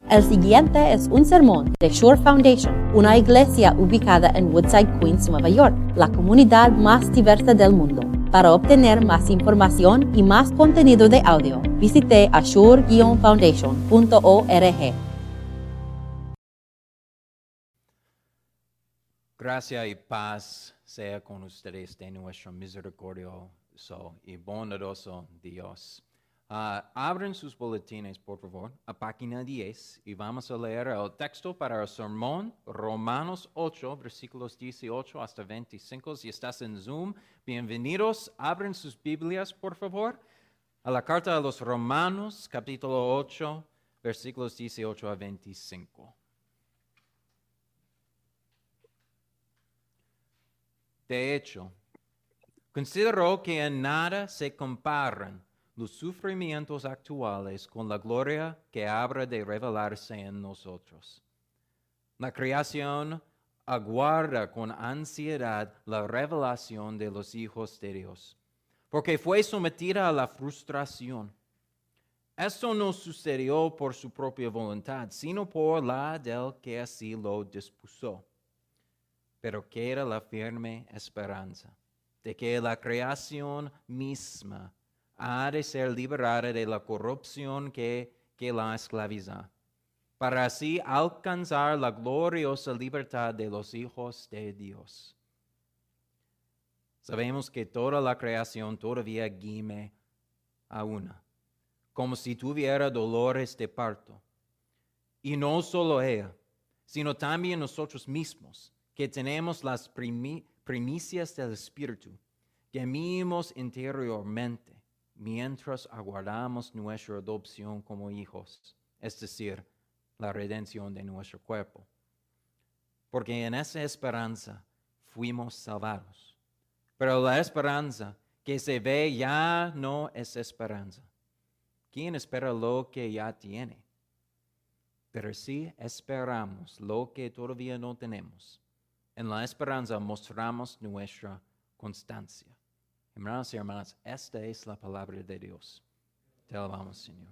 El siguiente es un sermón de Shore Foundation, una iglesia ubicada en Woodside, Queens, Nueva York, la comunidad más diversa del mundo. Para obtener más información y más contenido de audio, visite ashore-foundation.org. Gracia y paz sea con ustedes de nuestro misericordioso y bondadoso Dios. Abren sus boletines, por favor, a página 10 y vamos a leer el texto para el sermón, Romanos 8, versículos 18 hasta 25. Si estás en Zoom, bienvenidos. Abren sus Biblias, por favor, a la carta a los Romanos, capítulo 8, versículos 18 a 25. De hecho, considero que en nada se comparan los sufrimientos actuales con la gloria que habrá de revelarse en nosotros. La creación aguarda con ansiedad la revelación de los hijos de Dios, porque fue sometida a la frustración. Esto no sucedió por su propia voluntad, sino por la del que así lo dispuso. Pero queda la firme esperanza de que la creación misma ha de ser liberada de la corrupción que la esclaviza, para así alcanzar la gloriosa libertad de los hijos de Dios. Sabemos que toda la creación todavía gime a una, como si tuviera dolores de parto. Y no solo ella, sino también nosotros mismos, que tenemos las primicias del Espíritu, gemimos interiormente mientras aguardamos nuestra adopción como hijos, es decir, la redención de nuestro cuerpo. Porque en esa esperanza fuimos salvados. Pero la esperanza que se ve ya no es esperanza. ¿Quién espera lo que ya tiene? Pero si esperamos lo que todavía no tenemos, en la esperanza mostramos nuestra constancia. Hermanos y hermanas, esta es la palabra de Dios. Te alabamos, Señor.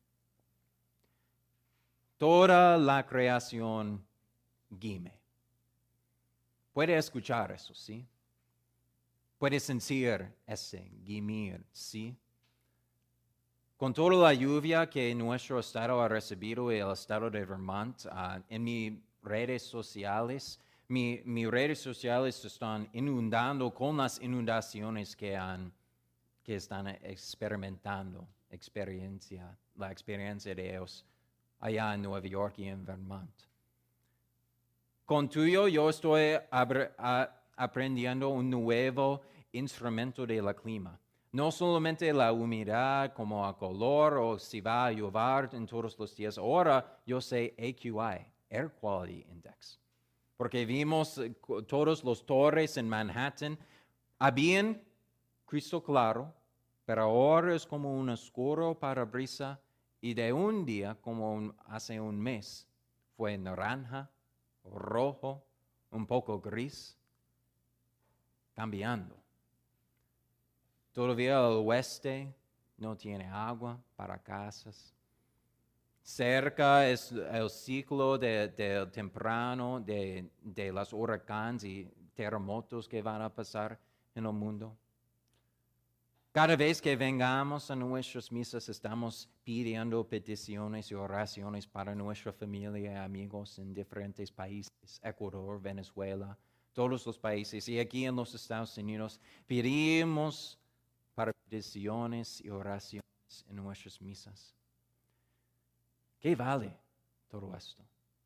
Toda la creación gime. Puede escuchar eso, ¿sí? Puede sentir ese gimir, ¿sí? Con toda la lluvia que nuestro estado ha recibido y el estado de Vermont, en mis redes sociales, mis redes sociales se están inundando con las inundaciones que están experimentando, la experiencia de ellos allá en Nueva York y en Vermont. Con tuyo yo estoy aprendiendo un nuevo instrumento del clima. No solamente la humedad como el color o si va a llover en todos los días. Ahora yo sé AQI, Air Quality Index. Porque vimos todos los torres en Manhattan. Habían crystal claro, pero ahora es como un oscuro parabrisa. Y de un día, como hace un mes, fue naranja, rojo, un poco gris, cambiando. Todavía el oeste no tiene agua para casas. Cerca es el ciclo del temprano de los huracanes y terremotos que van a pasar en el mundo. Cada vez que vengamos a nuestras misas estamos pidiendo peticiones y oraciones para nuestra familia y amigos en diferentes países, Ecuador, Venezuela, todos los países. Y aquí en los Estados Unidos pedimos para peticiones y oraciones en nuestras misas. ¿Qué vale todo esto?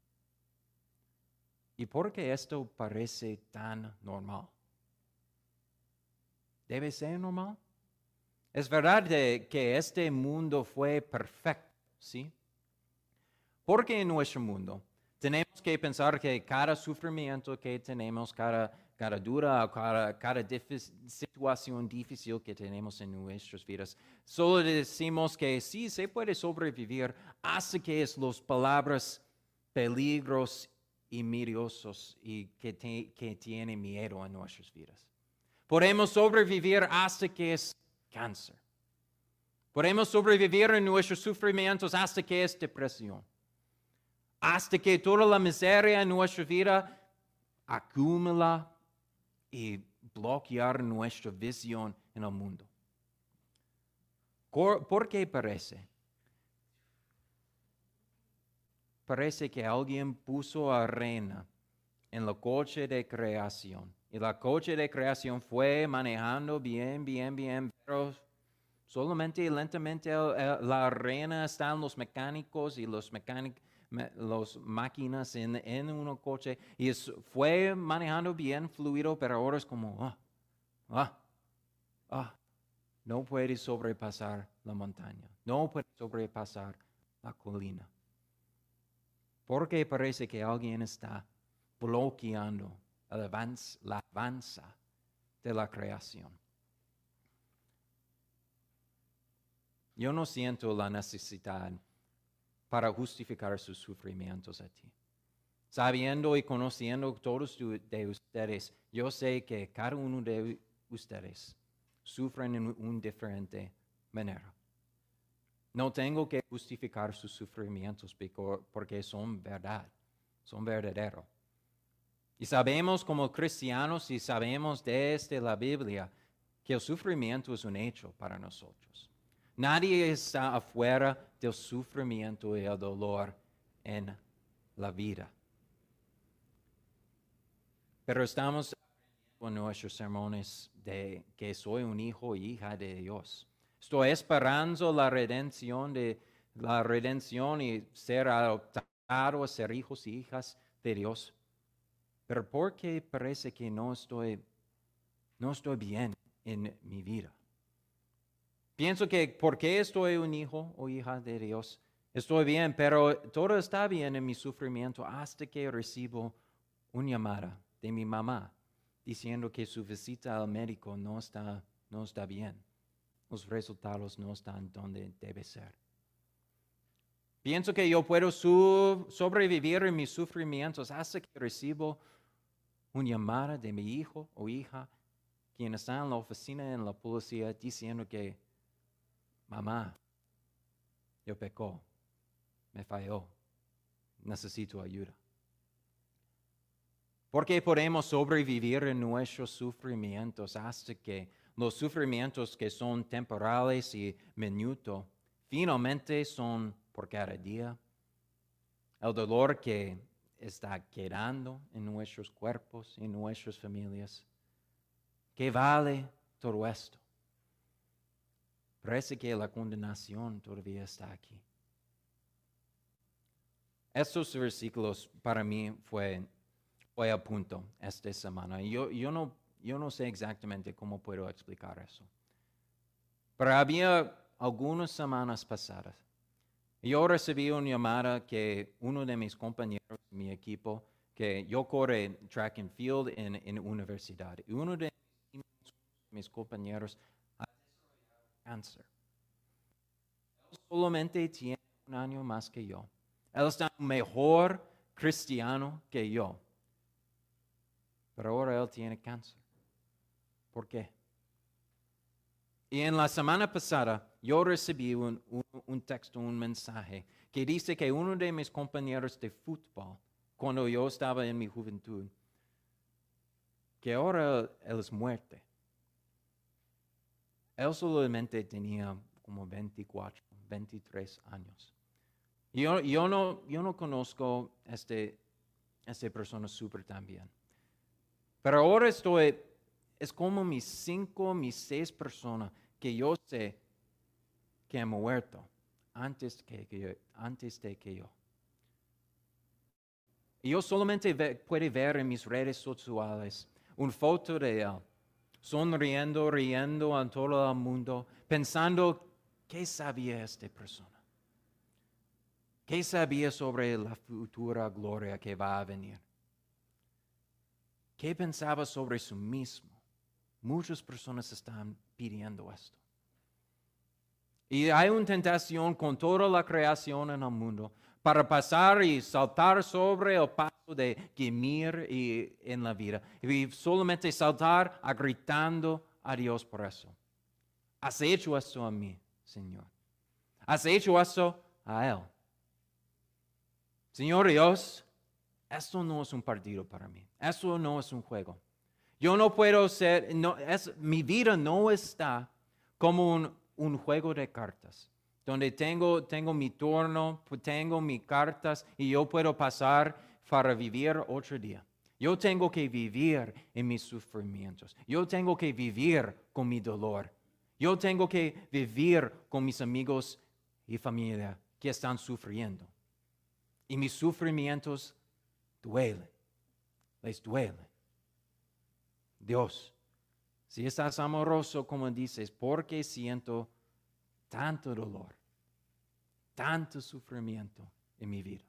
¿Y por qué esto parece tan normal? ¿Debe ser normal? Es verdad que este mundo fue perfecto, ¿sí? Porque en nuestro mundo tenemos que pensar que cada sufrimiento que tenemos, cada duda, cada situación difícil que tenemos en nuestras vidas, solo decimos que sí se puede sobrevivir hasta que es las palabras peligros y miedosos y que tienen miedo en nuestras vidas. Podemos sobrevivir hasta que es cáncer. Podemos sobrevivir en nuestros sufrimientos hasta que es depresión. hasta que toda la miseria en nuestra vida acumula y bloquear nuestra visión en el mundo. ¿Por qué parece? Parece que alguien puso arena en el coche de creación. Y la coche de creación fue manejando bien, pero solamente y lentamente la arena está en los mecánicos y los máquinas en un coche. Y fue manejando bien fluido, pero ahora es como, no puede sobrepasar la montaña, no puede sobrepasar la colina. Porque parece que alguien está bloqueando la avanza de la creación. Yo no siento la necesidad para justificar sus sufrimientos a ti. Sabiendo y conociendo todos de ustedes, yo sé que cada uno de ustedes sufren en una diferente manera. No tengo que justificar sus sufrimientos porque son verdad, son verdaderos. Y sabemos como cristianos y sabemos desde la Biblia que el sufrimiento es un hecho para nosotros. Nadie está afuera del sufrimiento y el dolor en la vida. Pero estamos en nuestros sermones de que soy un hijo e hija de Dios. Estoy esperando la redención y ser adoptado a ser hijos y hijas de Dios. Pero ¿por qué parece que no estoy bien en mi vida? Pienso que porque estoy un hijo o hija de Dios, estoy bien, pero todo está bien en mi sufrimiento hasta que recibo una llamada de mi mamá diciendo que su visita al médico no está bien. Los resultados no están donde debe ser. Pienso que yo puedo sobrevivir en mis sufrimientos hasta que recibo una llamada de mi hijo o hija quien está en la oficina en la policía diciendo que mamá, yo pecó, me falló, necesito ayuda. Porque podemos sobrevivir en nuestros sufrimientos hasta que los sufrimientos que son temporales y minutos finalmente son por cada día. El dolor que está quedando en nuestros cuerpos y en nuestras familias. ¿Qué vale todo esto? Parece que la condenación todavía está aquí. Estos versículos para mí fue a punto esta semana. Yo no sé exactamente cómo puedo explicar eso. Pero había algunas semanas pasadas. Yo recibí una llamada que uno de mis compañeros de mi equipo, que yo corro track and field en universidad, y uno de mis compañeros ha desarrollado cáncer. Él solamente tiene un año más que yo. Él está mejor cristiano que yo. Pero ahora él tiene cáncer. ¿Por qué? Y en la semana pasada yo recibí un texto, un mensaje que dice que uno de mis compañeros de fútbol, cuando yo estaba en mi juventud, que ahora él es muerto. Él solamente tenía como 24, 23 años. Yo no conozco a esta persona súper tan bien. Pero ahora es como mis 6 personas que yo sé que han muerto antes de que yo. Y yo solamente puedo ver en mis redes sociales una foto de él, sonriendo, riendo a todo el mundo, pensando, ¿qué sabía esta persona? ¿Qué sabía sobre la futura gloria que va a venir? ¿Qué pensaba sobre sí mismo? Muchas personas están pidiendo esto. Y hay una tentación con toda la creación en el mundo para pasar y saltar sobre el paso de gemir en la vida. Y solamente saltar gritando a Dios por eso. Has hecho eso a mí, Señor. Has hecho eso a Él. Señor Dios, esto no es un partido para mí. Esto no es un juego. Yo no puedo ser, mi vida no está como un juego de cartas, donde tengo mi turno, tengo mis cartas y yo puedo pasar para vivir otro día. Yo tengo que vivir en mis sufrimientos. Yo tengo que vivir con mi dolor. Yo tengo que vivir con mis amigos y familia que están sufriendo. Y mis sufrimientos duelen, les duelen. Dios, si estás amoroso como dices, ¿por qué siento tanto dolor, tanto sufrimiento en mi vida?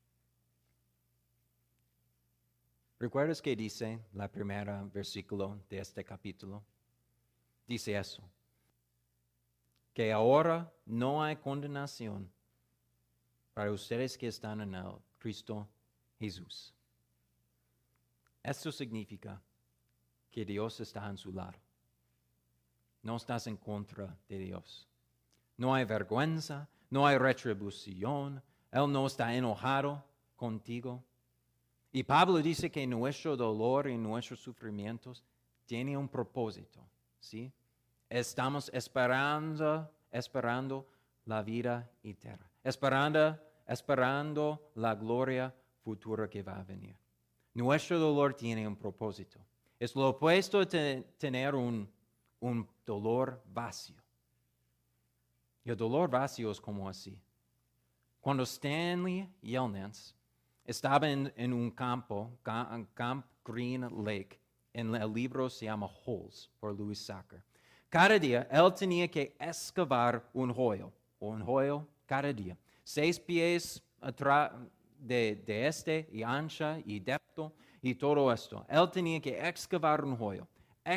¿Recuerdas que dice la primera versículo de este capítulo? Dice eso, que ahora no hay condenación para ustedes que están en el Cristo Jesús. Esto significa que Dios está en su lado. No estás en contra de Dios. No hay vergüenza, no hay retribución. Él no está enojado contigo. Y Pablo dice que nuestro dolor y nuestros sufrimientos tienen un propósito, ¿sí? Estamos esperando la vida eterna, esperando la gloria futura que va a venir. Nuestro dolor tiene un propósito. Es lo opuesto de tener un dolor vacío. Y el dolor vacío es como así. Cuando Stanley Yelnats estaba en un campo, Camp Green Lake, en el libro se llama Holes, por Louis Sachar. Cada día él tenía que excavar un hoyo cada día. 6 pies de este y ancha y depto y todo esto. Él tenía que excavar un hoyo,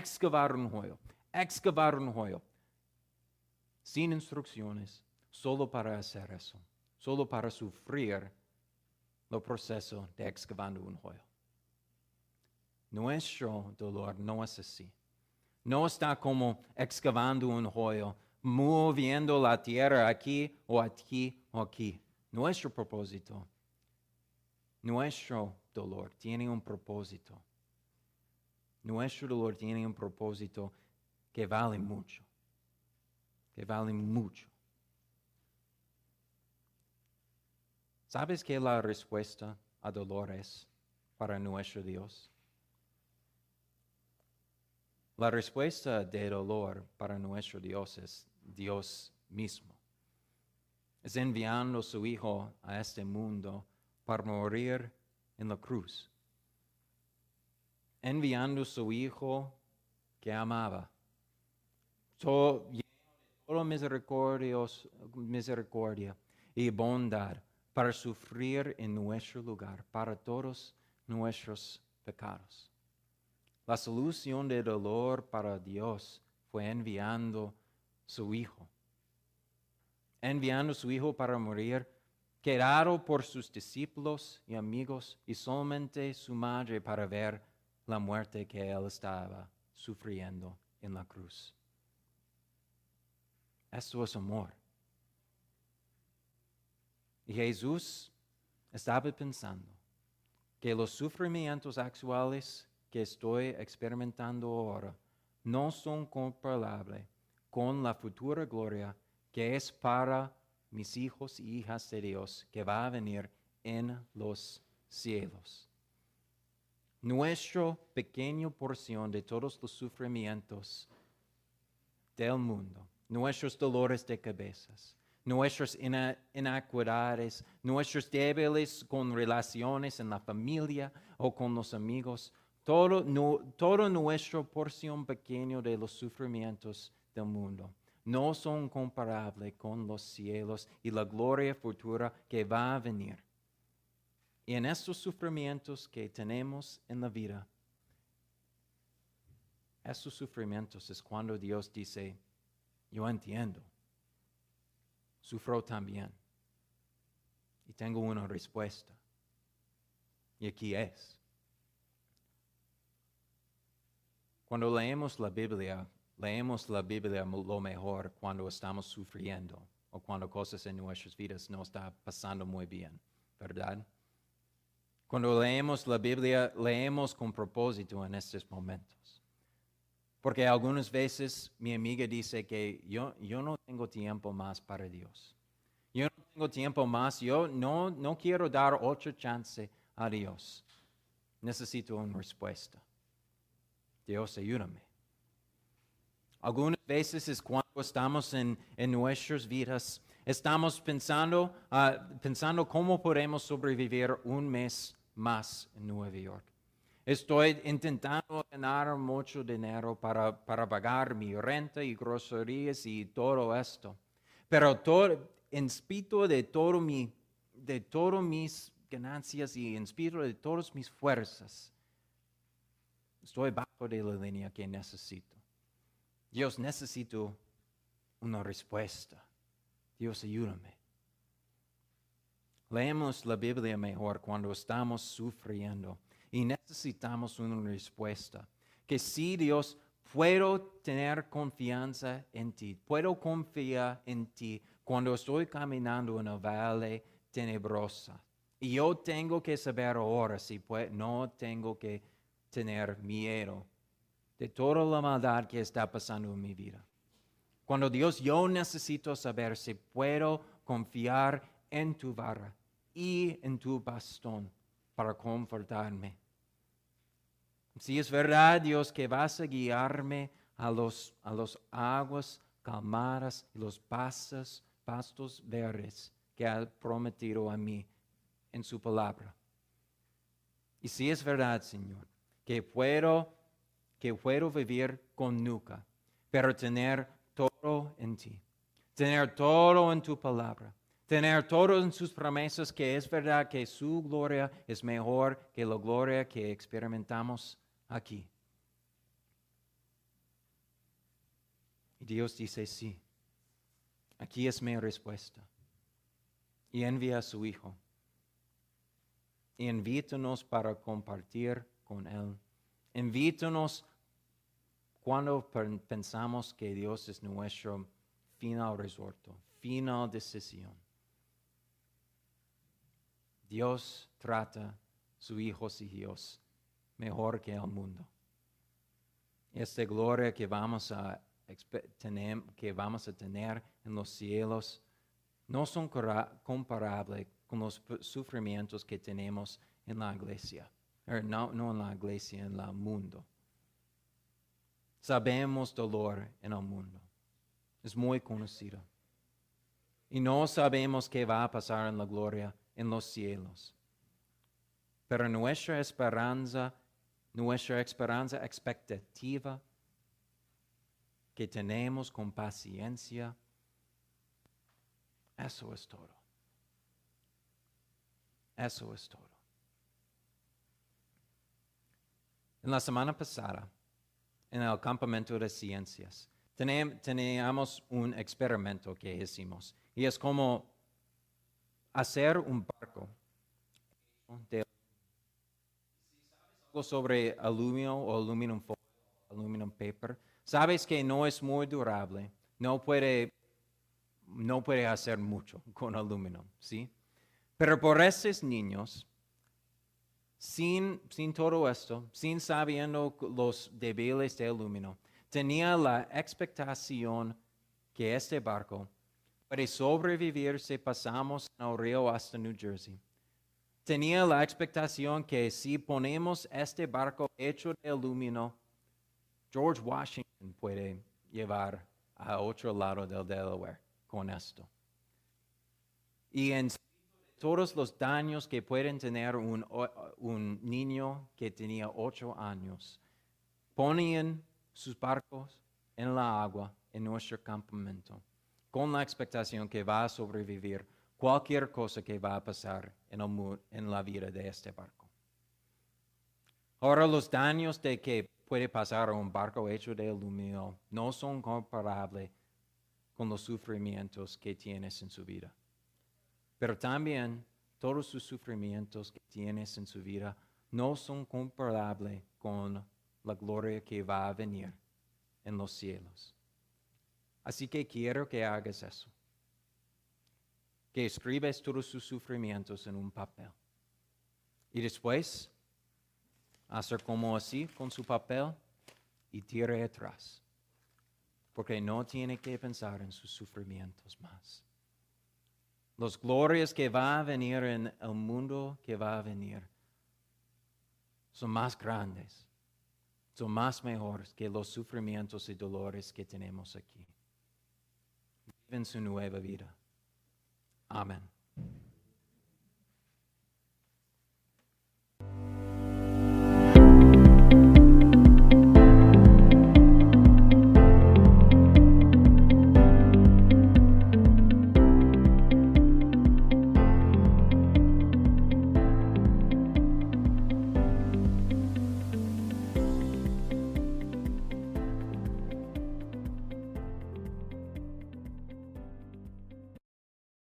sin instrucciones, solo para hacer eso, solo para sufrir el proceso de excavando un hoyo. Nuestro dolor no es así. No está como excavando un hoyo, moviendo la tierra aquí o aquí o aquí. Nuestro propósito, nuestro dolor tiene un propósito. Nuestro dolor tiene un propósito que vale mucho. Que vale mucho. ¿Sabes qué la respuesta a dolor es para nuestro Dios? La respuesta de dolor para nuestro Dios es Dios mismo. Es enviando a su Hijo a este mundo para morir en la cruz. Enviando a su Hijo que amaba. Todo misericordia y bondad para sufrir en nuestro lugar, para todos nuestros pecados. La solución del dolor para Dios fue enviando su Hijo. Enviando su Hijo para morir, quedado por sus discípulos y amigos y solamente su madre para ver la muerte que él estaba sufriendo en la cruz. Esto es amor. Y Jesús estaba pensando que los sufrimientos actuales que estoy experimentando ahora no son comparables con la futura gloria que es para mis hijos y hijas de Dios que va a venir en los cielos. Nuestra pequeña porción de todos los sufrimientos del mundo, nuestros dolores de cabezas, nuestras inequidades, nuestros débiles con relaciones en la familia o con los amigos, toda nuestra porción pequeña de los sufrimientos del mundo no son comparables con los cielos y la gloria futura que va a venir. Y en estos sufrimientos que tenemos en la vida, estos sufrimientos es cuando Dios dice, yo entiendo, sufro también y tengo una respuesta. Y aquí es. Cuando leemos la Biblia lo mejor cuando estamos sufriendo o cuando cosas en nuestras vidas no están pasando muy bien, ¿verdad? Cuando leemos la Biblia, leemos con propósito en estos momentos. Porque algunas veces mi amiga dice que yo no tengo tiempo más para Dios. Yo no tengo tiempo más, yo no quiero dar otra chance a Dios. Necesito una respuesta. Dios, ayúdame. Algunas veces es cuando estamos en nuestras vidas, estamos pensando cómo podemos sobrevivir un mes más en Nueva York. Estoy intentando ganar mucho dinero para pagar mi renta y groserías y todo esto. Pero en spite de todas mis ganancias y en spite de todas mis fuerzas, estoy bajo de la línea que necesito. Dios, necesito una respuesta. Dios, ayúdame. Leemos la Biblia mejor cuando estamos sufriendo y necesitamos una respuesta. Que sí, Dios, puedo tener confianza en ti. Puedo confiar en ti cuando estoy caminando en el valle tenebrosa. Y yo tengo que saber ahora si no tengo que tener miedo de toda la maldad que está pasando en mi vida. Cuando Dios, yo necesito saber si puedo confiar en tu vara y en tu bastón para confortarme. Si es verdad, Dios, que vas a guiarme a los aguas calmadas y los pastos verdes que ha prometido a mí en su palabra. Y si es verdad, Señor, que puedo vivir con nunca, pero tener todo en ti, tener todo en tu palabra, tener todo en sus promesas, que es verdad que su gloria es mejor que la gloria que experimentamos aquí. Y Dios dice, sí, aquí es mi respuesta. Y envía a su Hijo. Y invítanos para compartir con Él. Invítanos cuando pensamos que Dios es nuestro final resorto, final decisión. Dios trata a sus hijos y hijos mejor que el mundo. Esta gloria que vamos a tener en los cielos no son comparables con los sufrimientos que tenemos en la iglesia. No en la iglesia, en el mundo. Sabemos dolor en el mundo. Es muy conocido. Y no sabemos qué va a pasar en la gloria en los cielos. Pero nuestra esperanza, expectativa que tenemos con paciencia, eso es todo. Eso es todo. En la semana pasada, en el campamento de ciencias, teníamos un experimento que hicimos. Y es como hacer un barco de algo sobre aluminio o aluminum foil, aluminum paper. Sabes que no es muy durable, no puede hacer mucho con aluminio, ¿sí? Pero por esos niños, sin todo esto, sin sabiendo los débiles de aluminio, tenía la expectación que este barco puede sobrevivir si pasamos en el río hasta New Jersey. Tenía la expectación que si ponemos este barco hecho de aluminio, George Washington puede llevar a otro lado del Delaware con esto. Y en todos los daños que pueden tener un niño que tenía 8 años, ponían sus barcos en la agua en nuestro campamento, con la expectación que va a sobrevivir cualquier cosa que va a pasar en la vida de este barco. Ahora, los daños de que puede pasar a un barco hecho de aluminio no son comparables con los sufrimientos que tienes en su vida. Pero también todos sus sufrimientos que tienes en su vida no son comparables con la gloria que va a venir en los cielos. Así que quiero que hagas eso. Que escribes todos sus sufrimientos en un papel. Y después, hacer como así con su papel y tire atrás. Porque no tiene que pensar en sus sufrimientos más. Las glorias que va a venir en el mundo que va a venir son más grandes, son más mejores que los sufrimientos y dolores que tenemos aquí. Viven su nueva vida. Amén.